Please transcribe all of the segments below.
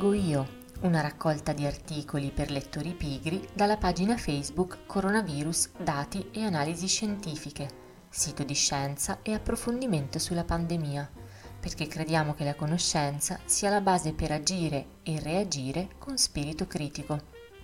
Leggo io, una raccolta di articoli per lettori pigri dalla pagina Facebook Coronavirus, dati e analisi scientifiche, sito di scienza e approfondimento sulla pandemia, perché crediamo che la conoscenza sia la base per agire e reagire con spirito critico.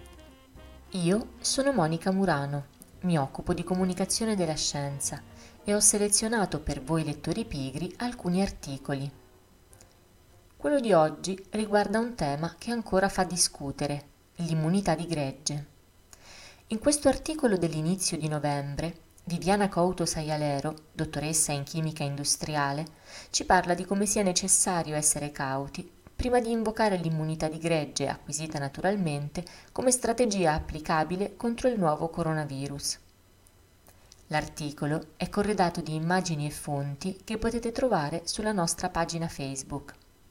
Io sono Monica Murano, mi occupo di comunicazione della scienza e ho selezionato per voi lettori pigri alcuni articoli. Quello di oggi riguarda un tema che ancora fa discutere, l'immunità di gregge. In questo articolo dell'inizio di novembre, Viviana Couto Saialero, dottoressa in chimica industriale, ci parla di come sia necessario essere cauti prima di invocare l'immunità di gregge acquisita naturalmente come strategia applicabile contro il nuovo coronavirus. L'articolo è corredato di immagini e fonti che potete trovare sulla nostra pagina Facebook.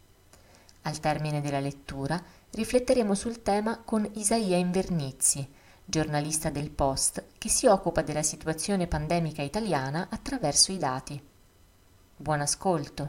Al termine della lettura rifletteremo sul tema con Isaia Invernizzi, giornalista del Post che si occupa della situazione pandemica italiana attraverso i dati. Buon ascolto!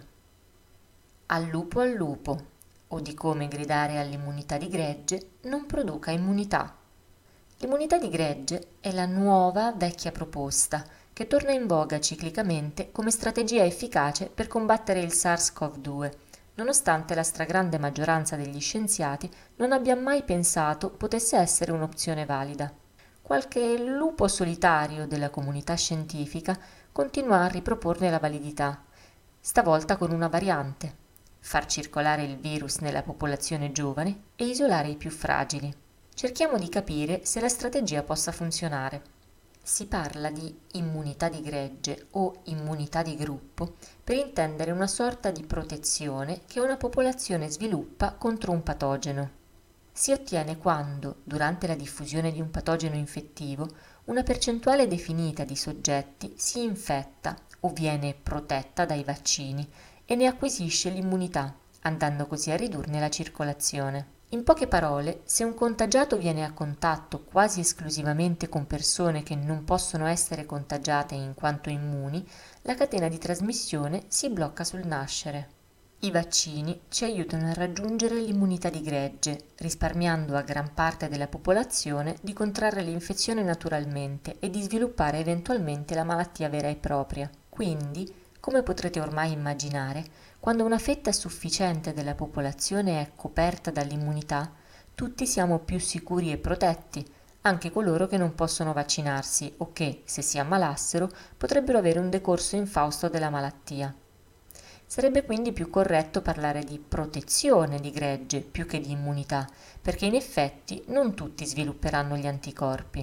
Al lupo, o di come gridare all'immunità di gregge non produca immunità. L'immunità di gregge è la nuova vecchia proposta che torna in voga ciclicamente come strategia efficace per combattere il SARS-CoV-2, nonostante la stragrande maggioranza degli scienziati non abbia mai pensato potesse essere un'opzione valida. Qualche lupo solitario della comunità scientifica continua a riproporne la validità, stavolta con una variante: far circolare il virus nella popolazione giovane e isolare i più fragili. Cerchiamo di capire se la strategia possa funzionare. Si parla di immunità di gregge o immunità di gruppo per intendere una sorta di protezione che una popolazione sviluppa contro un patogeno. Si ottiene quando, durante la diffusione di un patogeno infettivo, una percentuale definita di soggetti si infetta o viene protetta dai vaccini e ne acquisisce l'immunità, andando così a ridurne la circolazione. In poche parole, se un contagiato viene a contatto quasi esclusivamente con persone che non possono essere contagiate in quanto immuni, la catena di trasmissione si blocca sul nascere. I vaccini ci aiutano a raggiungere l'immunità di gregge, risparmiando a gran parte della popolazione di contrarre l'infezione naturalmente e di sviluppare eventualmente la malattia vera e propria. Quindi, come potrete ormai immaginare, quando una fetta sufficiente della popolazione è coperta dall'immunità, tutti siamo più sicuri e protetti, anche coloro che non possono vaccinarsi o che, se si ammalassero, potrebbero avere un decorso infausto della malattia. Sarebbe quindi più corretto parlare di protezione di gregge più che di immunità, perché in effetti non tutti svilupperanno gli anticorpi.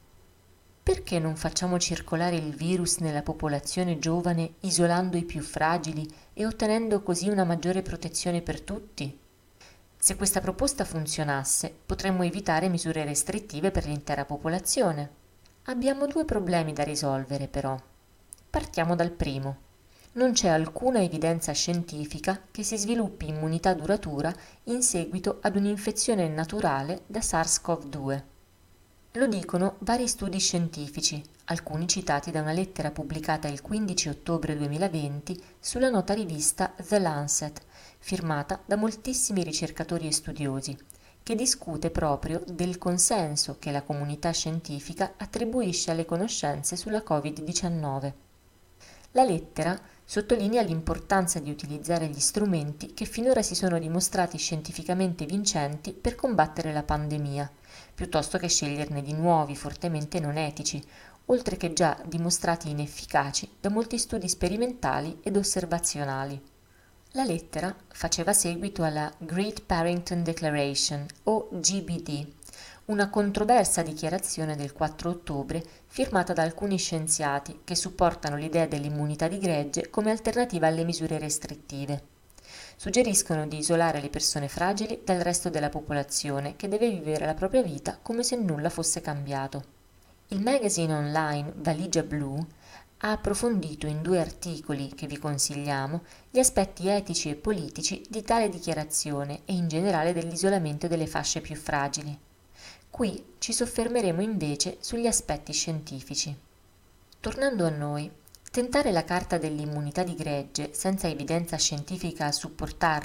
Perché non facciamo circolare il virus nella popolazione giovane isolando i più fragili e ottenendo così una maggiore protezione per tutti? Se questa proposta funzionasse, potremmo evitare misure restrittive per l'intera popolazione. Abbiamo due problemi da risolvere, però. Partiamo dal primo. Non c'è alcuna evidenza scientifica che si sviluppi immunità duratura in seguito ad un'infezione naturale da SARS-CoV-2. Lo dicono vari studi scientifici, alcuni citati da una lettera pubblicata il 15 ottobre 2020 sulla nota rivista The Lancet, firmata da moltissimi ricercatori e studiosi, che discute proprio del consenso che la comunità scientifica attribuisce alle conoscenze sulla Covid-19. La lettera sottolinea l'importanza di utilizzare gli strumenti che finora si sono dimostrati scientificamente vincenti per combattere la pandemia, piuttosto che sceglierne di nuovi fortemente non etici, oltre che già dimostrati inefficaci da molti studi sperimentali ed osservazionali. La lettera faceva seguito alla Great Barrington Declaration, o GBD, una controversa dichiarazione del 4 ottobre firmata da alcuni scienziati che supportano l'idea dell'immunità di gregge come alternativa alle misure restrittive. Suggeriscono di isolare le persone fragili dal resto della popolazione che deve vivere la propria vita come se nulla fosse cambiato. Il magazine online Valigia Blu ha approfondito in 2 articoli che vi consigliamo gli aspetti etici e politici di tale dichiarazione e in generale dell'isolamento delle fasce più fragili. Qui ci soffermeremo invece sugli aspetti scientifici. Tornando a noi, tentare la carta dell'immunità di gregge senza evidenza scientifica a supportarla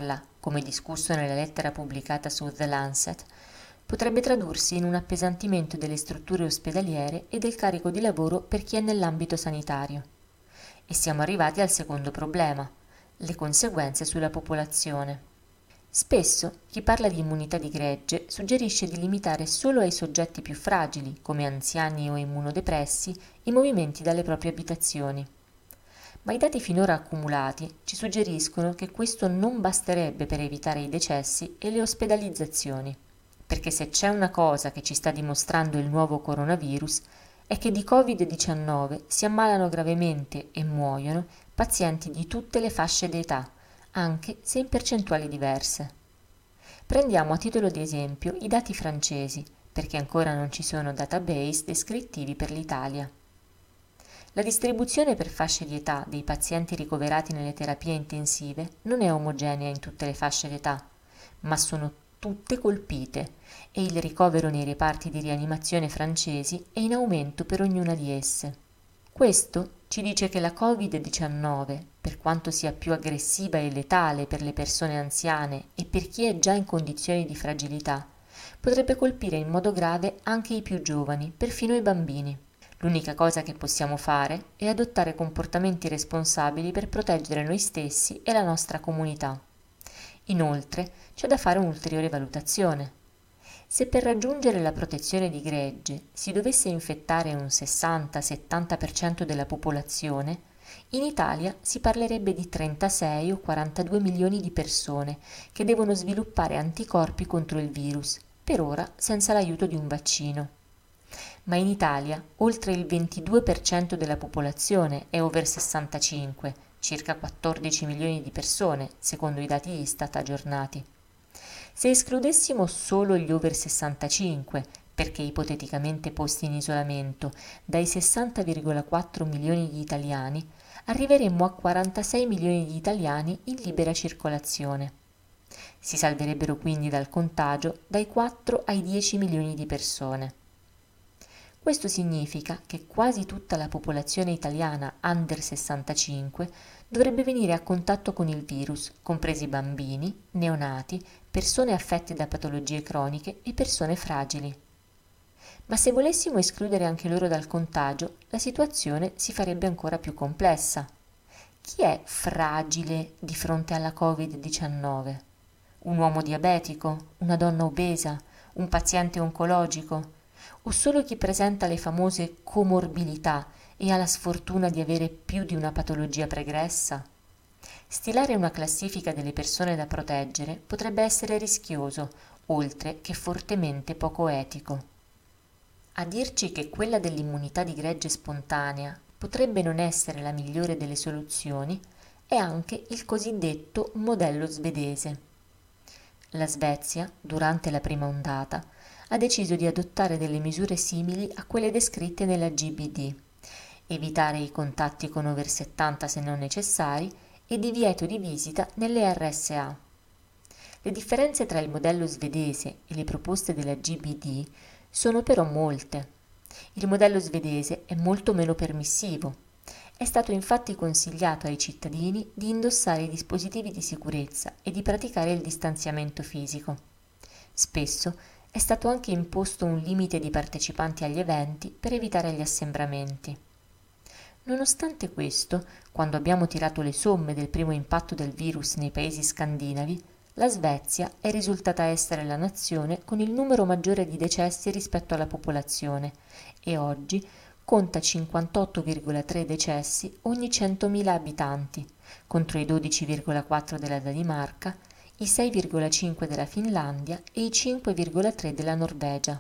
come discusso nella lettera pubblicata su The Lancet, potrebbe tradursi in un appesantimento delle strutture ospedaliere e del carico di lavoro per chi è nell'ambito sanitario. E siamo arrivati al secondo problema, le conseguenze sulla popolazione. Spesso chi parla di immunità di gregge suggerisce di limitare solo ai soggetti più fragili, come anziani o immunodepressi, i movimenti dalle proprie abitazioni. Ma i dati finora accumulati ci suggeriscono che questo non basterebbe per evitare i decessi e le ospedalizzazioni, perché se c'è una cosa che ci sta dimostrando il nuovo coronavirus è che di Covid-19 si ammalano gravemente e muoiono pazienti di tutte le fasce d'età, anche se in percentuali diverse. Prendiamo a titolo di esempio i dati francesi, perché ancora non ci sono database descrittivi per l'Italia. La distribuzione per fasce di età dei pazienti ricoverati nelle terapie intensive non è omogenea in tutte le fasce d'età, ma sono tutte colpite e il ricovero nei reparti di rianimazione francesi è in aumento per ognuna di esse. Questo ci dice che la Covid-19, per quanto sia più aggressiva e letale per le persone anziane e per chi è già in condizioni di fragilità, potrebbe colpire in modo grave anche i più giovani, perfino i bambini. L'unica cosa che possiamo fare è adottare comportamenti responsabili per proteggere noi stessi e la nostra comunità. Inoltre, c'è da fare un'ulteriore valutazione. Se per raggiungere la protezione di gregge si dovesse infettare un 60-70% della popolazione, in Italia si parlerebbe di 36 o 42 milioni di persone che devono sviluppare anticorpi contro il virus, per ora senza l'aiuto di un vaccino. Ma in Italia oltre il 22% della popolazione è over 65, circa 14 milioni di persone, secondo i dati Istat aggiornati. Se escludessimo solo gli over 65, perché ipoteticamente posti in isolamento, dai 60,4 milioni di italiani, arriveremmo a 46 milioni di italiani in libera circolazione. Si salverebbero quindi dal contagio dai 4 ai 10 milioni di persone. Questo significa che quasi tutta la popolazione italiana under 65 dovrebbe venire a contatto con il virus, compresi bambini, neonati, persone affette da patologie croniche e persone fragili. Ma se volessimo escludere anche loro dal contagio, la situazione si farebbe ancora più complessa. Chi è fragile di fronte alla Covid-19? Un uomo diabetico? Una donna obesa? Un paziente oncologico? O solo chi presenta le famose comorbilità e ha la sfortuna di avere più di una patologia pregressa? Stilare una classifica delle persone da proteggere potrebbe essere rischioso, oltre che fortemente poco etico. A dirci che quella dell'immunità di gregge spontanea potrebbe non essere la migliore delle soluzioni è anche il cosiddetto modello svedese. La Svezia, durante la prima ondata, ha deciso di adottare delle misure simili a quelle descritte nella GBD, evitare i contatti con over 70 se non necessari e divieto di visita nelle RSA. Le differenze tra il modello svedese e le proposte della GBD sono però molte. Il modello svedese è molto meno permissivo. È stato infatti consigliato ai cittadini di indossare i dispositivi di sicurezza e di praticare il distanziamento fisico. Spesso è stato anche imposto un limite di partecipanti agli eventi per evitare gli assembramenti. Nonostante questo, quando abbiamo tirato le somme del primo impatto del virus nei paesi scandinavi, la Svezia è risultata essere la nazione con il numero maggiore di decessi rispetto alla popolazione e oggi conta 58,3 decessi ogni 100.000 abitanti, contro i 12,4 della Danimarca, i 6,5 della Finlandia e i 5,3 della Norvegia.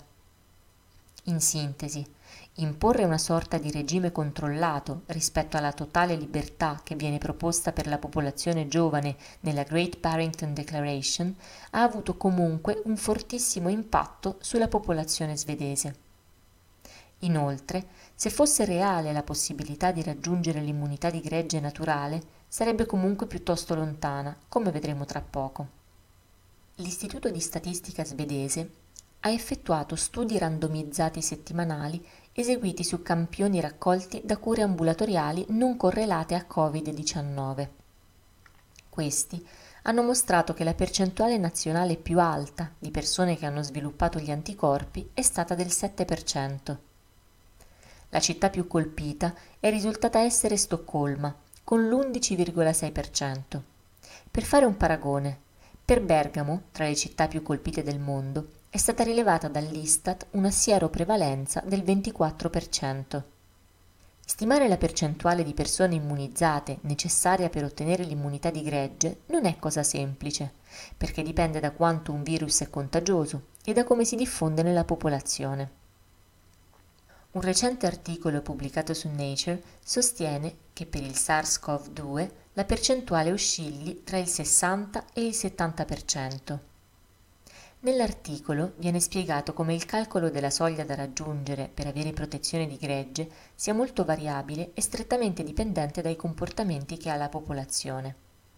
In sintesi, imporre una sorta di regime controllato rispetto alla totale libertà che viene proposta per la popolazione giovane nella Great Barrington Declaration ha avuto comunque un fortissimo impatto sulla popolazione svedese. Inoltre, se fosse reale la possibilità di raggiungere l'immunità di gregge naturale, sarebbe comunque piuttosto lontana, come vedremo tra poco. L'Istituto di Statistica svedese ha effettuato studi randomizzati settimanali eseguiti su campioni raccolti da cure ambulatoriali non correlate a Covid-19. Questi hanno mostrato che la percentuale nazionale più alta di persone che hanno sviluppato gli anticorpi è stata del 7%. La città più colpita è risultata essere Stoccolma, con l'11,6%. Per fare un paragone, per Bergamo, tra le città più colpite del mondo, è stata rilevata dall'Istat una sieroprevalenza del 24%. Stimare la percentuale di persone immunizzate necessaria per ottenere l'immunità di gregge non è cosa semplice, perché dipende da quanto un virus è contagioso e da come si diffonde nella popolazione. Un recente articolo pubblicato su Nature sostiene che per il SARS-CoV-2 la percentuale oscilli tra il 60 e il 70%. Nell'articolo viene spiegato come il calcolo della soglia da raggiungere per avere protezione di gregge sia molto variabile e strettamente dipendente dai comportamenti che ha la popolazione.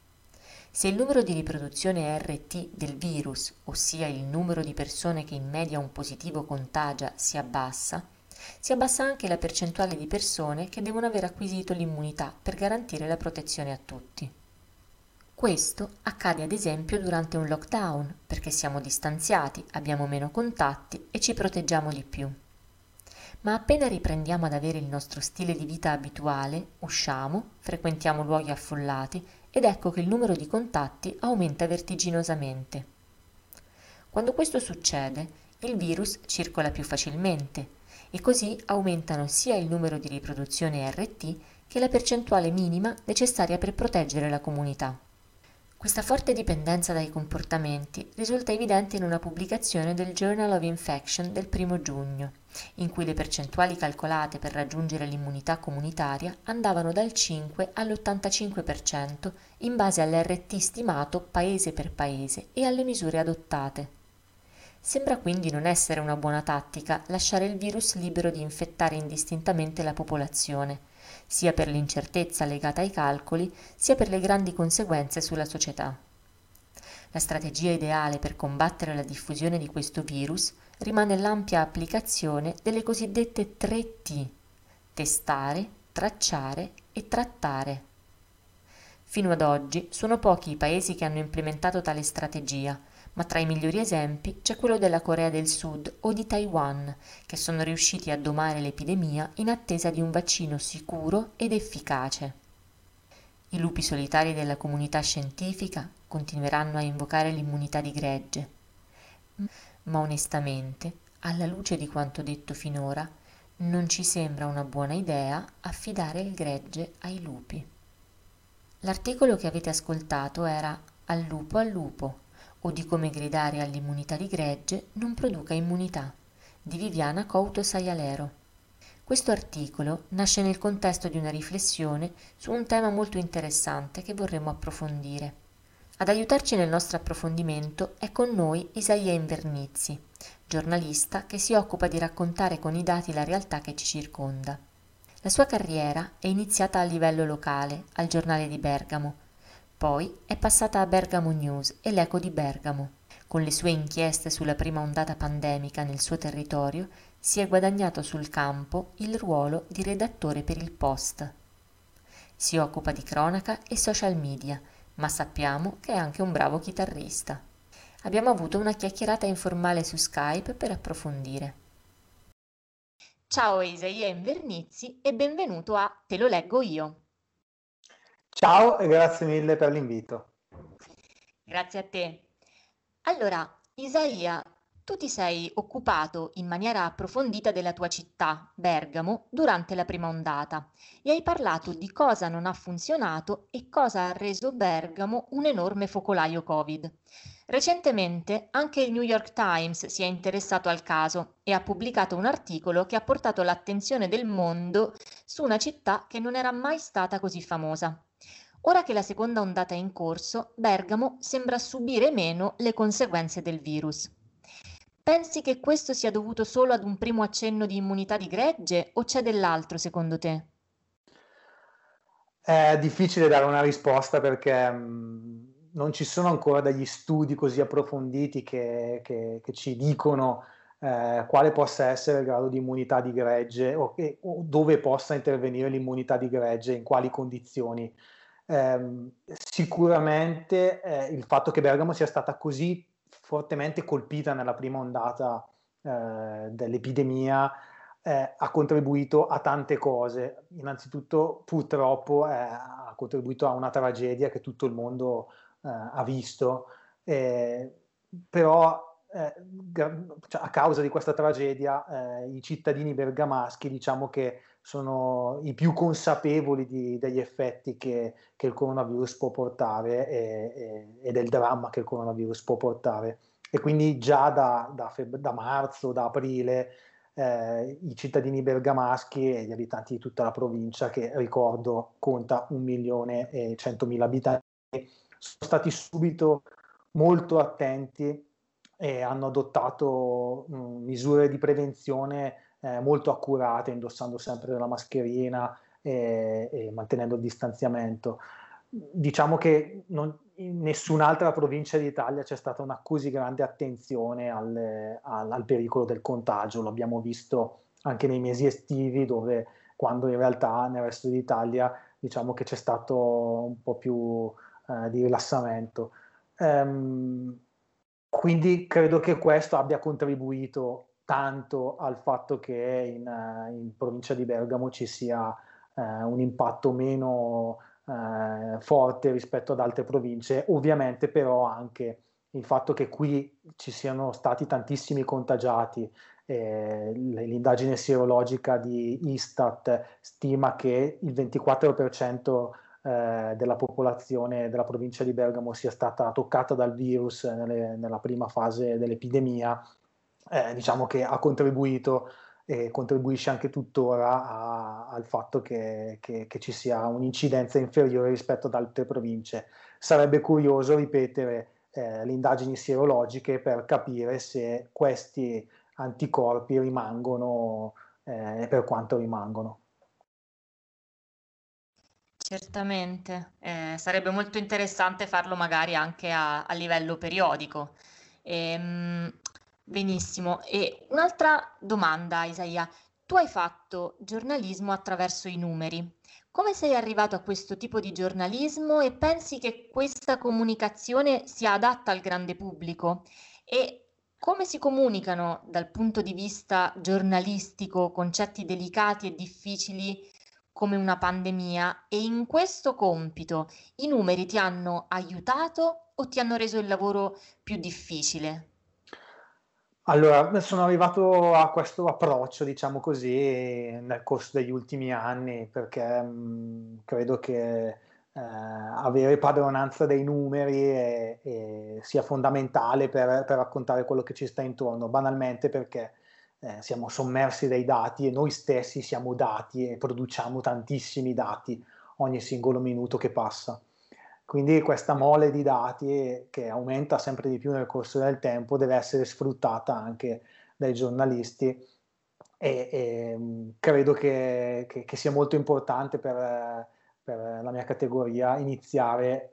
Se il numero di riproduzione RT del virus, ossia il numero di persone che in media un positivo contagia, si abbassa anche la percentuale di persone che devono aver acquisito l'immunità per garantire la protezione a tutti. Questo accade ad esempio durante un lockdown, perché siamo distanziati, abbiamo meno contatti e ci proteggiamo di più. Ma appena riprendiamo ad avere il nostro stile di vita abituale, usciamo, frequentiamo luoghi affollati ed ecco che il numero di contatti aumenta vertiginosamente. Quando questo succede, il virus circola più facilmente e così aumentano sia il numero di riproduzione RT che la percentuale minima necessaria per proteggere la comunità. Questa forte dipendenza dai comportamenti risulta evidente in una pubblicazione del Journal of Infection del 1 giugno, in cui le percentuali calcolate per raggiungere l'immunità comunitaria andavano dal 5 all'85% in base all'RT stimato paese per paese e alle misure adottate. Sembra quindi non essere una buona tattica lasciare il virus libero di infettare indistintamente la popolazione, sia per l'incertezza legata ai calcoli, sia per le grandi conseguenze sulla società. La strategia ideale per combattere la diffusione di questo virus rimane l'ampia applicazione delle cosiddette 3T: testare, tracciare e trattare. Fino ad oggi sono pochi i paesi che hanno implementato tale strategia, ma tra i migliori esempi c'è quello della Corea del Sud o di Taiwan, che sono riusciti a domare l'epidemia in attesa di un vaccino sicuro ed efficace. I lupi solitari della comunità scientifica continueranno a invocare l'immunità di gregge, ma onestamente, alla luce di quanto detto finora, non ci sembra una buona idea affidare il gregge ai lupi. L'articolo che avete ascoltato era Al lupo, o di come gridare all'immunità di gregge non produca immunità, di Viviana Couto Saialero. Questo articolo nasce nel contesto di una riflessione su un tema molto interessante che vorremmo approfondire. Ad aiutarci nel nostro approfondimento è con noi Isaia Invernizzi, giornalista che si occupa di raccontare con i dati la realtà che ci circonda. La sua carriera è iniziata a livello locale, al giornale di Bergamo. Poi è passata a Bergamo News e l'Eco di Bergamo. Con le sue inchieste sulla prima ondata pandemica nel suo territorio, si è guadagnato sul campo il ruolo di redattore per il Post. Si occupa di cronaca e social media, ma sappiamo che è anche un bravo chitarrista. Abbiamo avuto una chiacchierata informale su Skype per approfondire. Ciao Isaia Invernizzi e benvenuto a Te lo leggo io. Ciao e grazie mille per l'invito. Grazie a te. Allora, Isaia, tu ti sei occupato in maniera approfondita della tua città, Bergamo, durante la prima ondata e hai parlato di cosa non ha funzionato e cosa ha reso Bergamo un enorme focolaio Covid. Recentemente anche il New York Times si è interessato al caso e ha pubblicato un articolo che ha portato l'attenzione del mondo su una città che non era mai stata così famosa. Ora che la seconda ondata è in corso, Bergamo sembra subire meno le conseguenze del virus. Pensi che questo sia dovuto solo ad un primo accenno di immunità di gregge o c'è dell'altro secondo te? È difficile dare una risposta perché non ci sono ancora degli studi così approfonditi che ci dicono quale possa essere il grado di immunità di gregge o dove possa intervenire l'immunità di gregge, in quali condizioni. Sicuramente il fatto che Bergamo sia stata così fortemente colpita nella prima ondata dell'epidemia ha contribuito a tante cose. Innanzitutto, purtroppo, ha contribuito a una tragedia che tutto il mondo ha visto, però cioè, a causa di questa tragedia i cittadini bergamaschi diciamo che sono i più consapevoli degli effetti che il coronavirus può portare e del dramma che il coronavirus può portare. E quindi già da marzo, da aprile, i cittadini bergamaschi e gli abitanti di tutta la provincia, che ricordo conta 1.100.000 abitanti, sono stati subito molto attenti e hanno adottato misure di prevenzione molto accurate, indossando sempre la mascherina e mantenendo il distanziamento. Diciamo che in nessun'altra provincia d'Italia c'è stata una così grande attenzione al pericolo del contagio. Lo abbiamo visto anche nei mesi estivi, dove quando in realtà nel resto d'Italia diciamo che c'è stato un po' più di rilassamento. Quindi credo che questo abbia contribuito tanto al fatto che in provincia di Bergamo ci sia un impatto meno forte rispetto ad altre province. Ovviamente però anche il fatto che qui ci siano stati tantissimi contagiati. L'indagine sierologica di Istat stima che il 24% della popolazione della provincia di Bergamo sia stata toccata dal virus nella prima fase dell'epidemia, diciamo che ha contribuito e contribuisce anche tuttora al fatto che ci sia un'incidenza inferiore rispetto ad altre province. Sarebbe curioso ripetere le indagini sierologiche per capire se questi anticorpi rimangono e per quanto rimangono. Certamente, sarebbe molto interessante farlo magari anche a livello periodico. Ehm, benissimo. E un'altra domanda, Isaia. Tu hai fatto giornalismo attraverso i numeri. Come sei arrivato a questo tipo di giornalismo e pensi che questa comunicazione sia adatta al grande pubblico? E come si comunicano dal punto di vista giornalistico concetti delicati e difficili come una pandemia e in questo compito i numeri ti hanno aiutato o ti hanno reso il lavoro più difficile? Allora, sono arrivato a questo approccio, diciamo così, nel corso degli ultimi anni, perché credo che avere padronanza dei numeri sia fondamentale per raccontare quello che ci sta intorno, banalmente perché siamo sommersi dai dati e noi stessi siamo dati e produciamo tantissimi dati ogni singolo minuto che passa. Quindi questa mole di dati che aumenta sempre di più nel corso del tempo deve essere sfruttata anche dai giornalisti e credo che sia molto importante per la mia categoria iniziare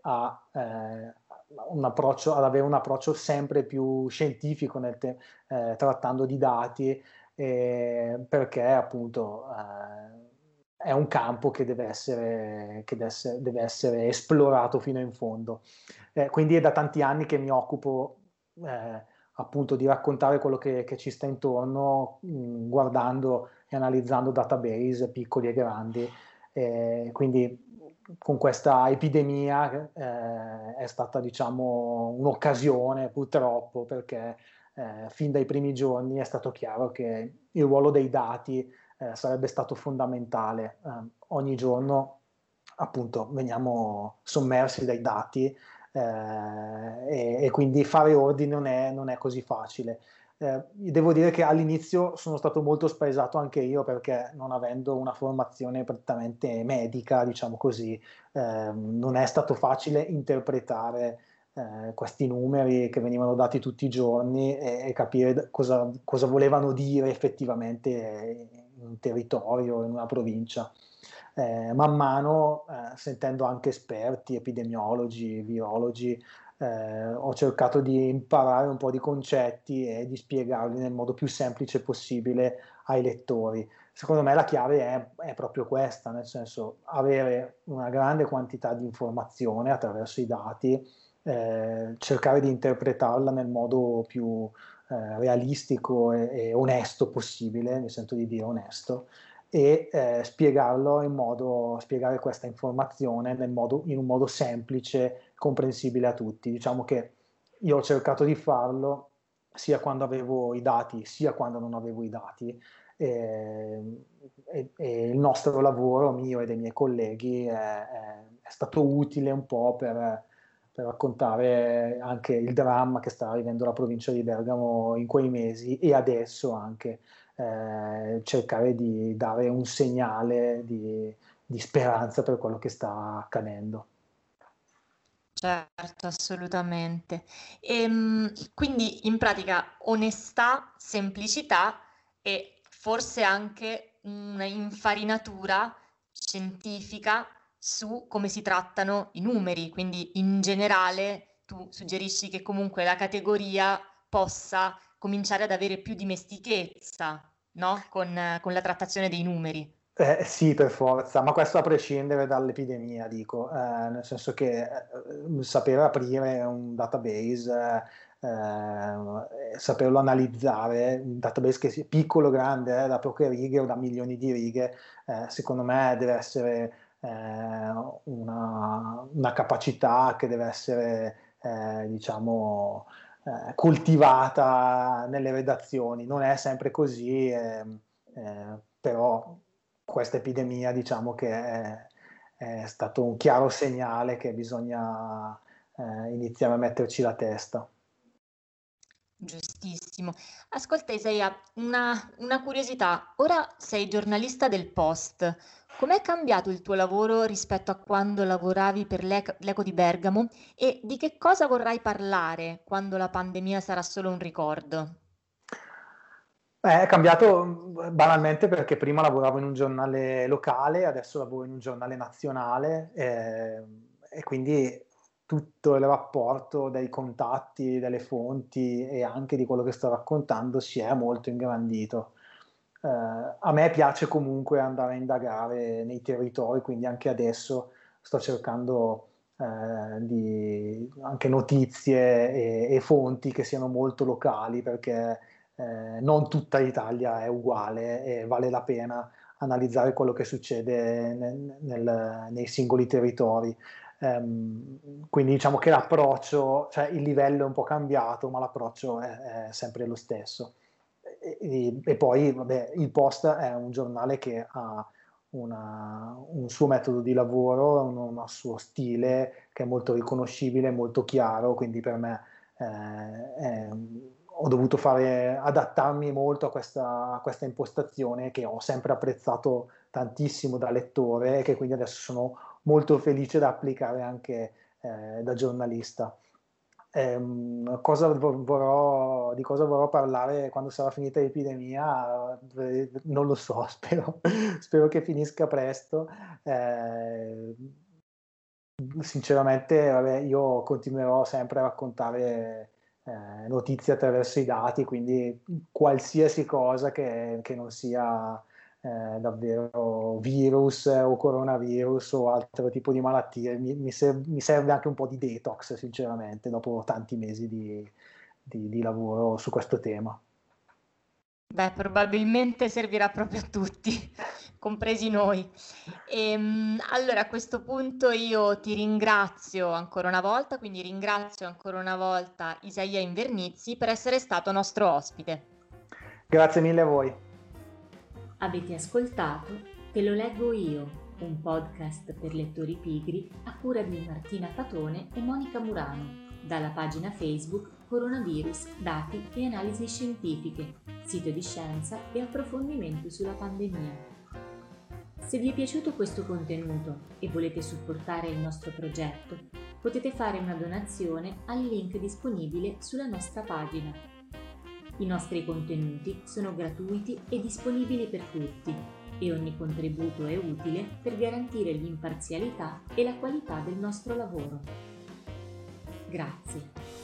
ad avere un approccio sempre più scientifico trattando di dati perché appunto è un campo che deve essere esplorato fino in fondo. Quindi è da tanti anni che mi occupo appunto di raccontare quello che ci sta intorno, guardando e analizzando database piccoli e grandi. Quindi con questa epidemia è stata diciamo un'occasione purtroppo perché fin dai primi giorni è stato chiaro che il ruolo dei dati sarebbe stato fondamentale. Ogni giorno appunto veniamo sommersi dai dati e quindi fare ordine non è così facile. Devo dire che all'inizio sono stato molto spaesato anche io perché non avendo una formazione prettamente medica, diciamo così, non è stato facile interpretare questi numeri che venivano dati tutti i giorni e capire cosa volevano dire effettivamente in un territorio, in una provincia. Man mano, sentendo anche esperti, epidemiologi, virologi, ho cercato di imparare un po' di concetti e di spiegarli nel modo più semplice possibile ai lettori. Secondo me la chiave è proprio questa, nel senso avere una grande quantità di informazione attraverso i dati, cercare di interpretarla nel modo più realistico e onesto possibile, mi sento di dire onesto, e spiegare questa informazione in un modo semplice, comprensibile a tutti. Diciamo che io ho cercato di farlo sia quando avevo i dati, sia quando non avevo i dati. E il nostro lavoro, mio e dei miei colleghi, è stato utile un po' per raccontare anche il dramma che stava vivendo la provincia di Bergamo in quei mesi e adesso anche cercare di dare un segnale di speranza per quello che sta accadendo. Certo, assolutamente. Quindi in pratica onestà, semplicità e forse anche un'infarinatura scientifica su come si trattano i numeri. Quindi in generale tu suggerisci che comunque la categoria possa cominciare ad avere più dimestichezza, no? Con la trattazione dei numeri. Sì, per forza, ma questo a prescindere dall'epidemia, dico, nel senso che sapere aprire un database, saperlo analizzare, un database che sia piccolo o grande, da poche righe o da milioni di righe, secondo me deve essere una capacità che deve essere, diciamo, coltivata nelle redazioni. Non è sempre così, però questa epidemia diciamo che è stato un chiaro segnale che bisogna iniziare a metterci la testa. Giustissimo. Ascolta Isaia, una curiosità. Ora sei giornalista del Post. Com'è cambiato il tuo lavoro rispetto a quando lavoravi per l'Eco di Bergamo e di che cosa vorrai parlare quando la pandemia sarà solo un ricordo? È cambiato banalmente perché prima lavoravo in un giornale locale, adesso lavoro in un giornale nazionale, e quindi tutto il rapporto dei contatti, delle fonti e anche di quello che sto raccontando si è molto ingrandito. A me piace comunque andare a indagare nei territori, quindi anche adesso sto cercando di anche notizie e fonti che siano molto locali, perché non tutta l'Italia è uguale e vale la pena analizzare quello che succede nei singoli territori. Quindi diciamo che l'approccio, cioè il livello è un po' cambiato, ma l'approccio è sempre lo stesso. E poi vabbè, il Post è un giornale che ha un suo metodo di lavoro, un suo stile che è molto riconoscibile, molto chiaro, quindi per me ho dovuto adattarmi molto a questa impostazione che ho sempre apprezzato tantissimo da lettore e che quindi adesso sono molto felice da applicare anche da giornalista. Di cosa vorrò parlare quando sarà finita l'epidemia? Non lo so, spero che finisca presto. Sinceramente, vabbè, io continuerò sempre a raccontare notizie attraverso i dati, quindi qualsiasi cosa che non sia davvero virus o coronavirus o altro tipo di malattie, mi serve anche un po' di detox, sinceramente, dopo tanti mesi di lavoro su questo tema. Beh, probabilmente servirà proprio a tutti, compresi noi. Allora, a questo punto io ti ringrazio ancora una volta, quindi ringrazio ancora una volta Isaia Invernizzi per essere stato nostro ospite. Grazie mille a voi. Avete ascoltato Te lo leggo io, un podcast per lettori pigri a cura di Martina Fatone e Monica Murano, dalla pagina Facebook Coronavirus, dati e analisi scientifiche, sito di scienza e approfondimento sulla pandemia. Se vi è piaciuto questo contenuto e volete supportare il nostro progetto, potete fare una donazione al link disponibile sulla nostra pagina. I nostri contenuti sono gratuiti e disponibili per tutti e ogni contributo è utile per garantire l'imparzialità e la qualità del nostro lavoro. Grazie.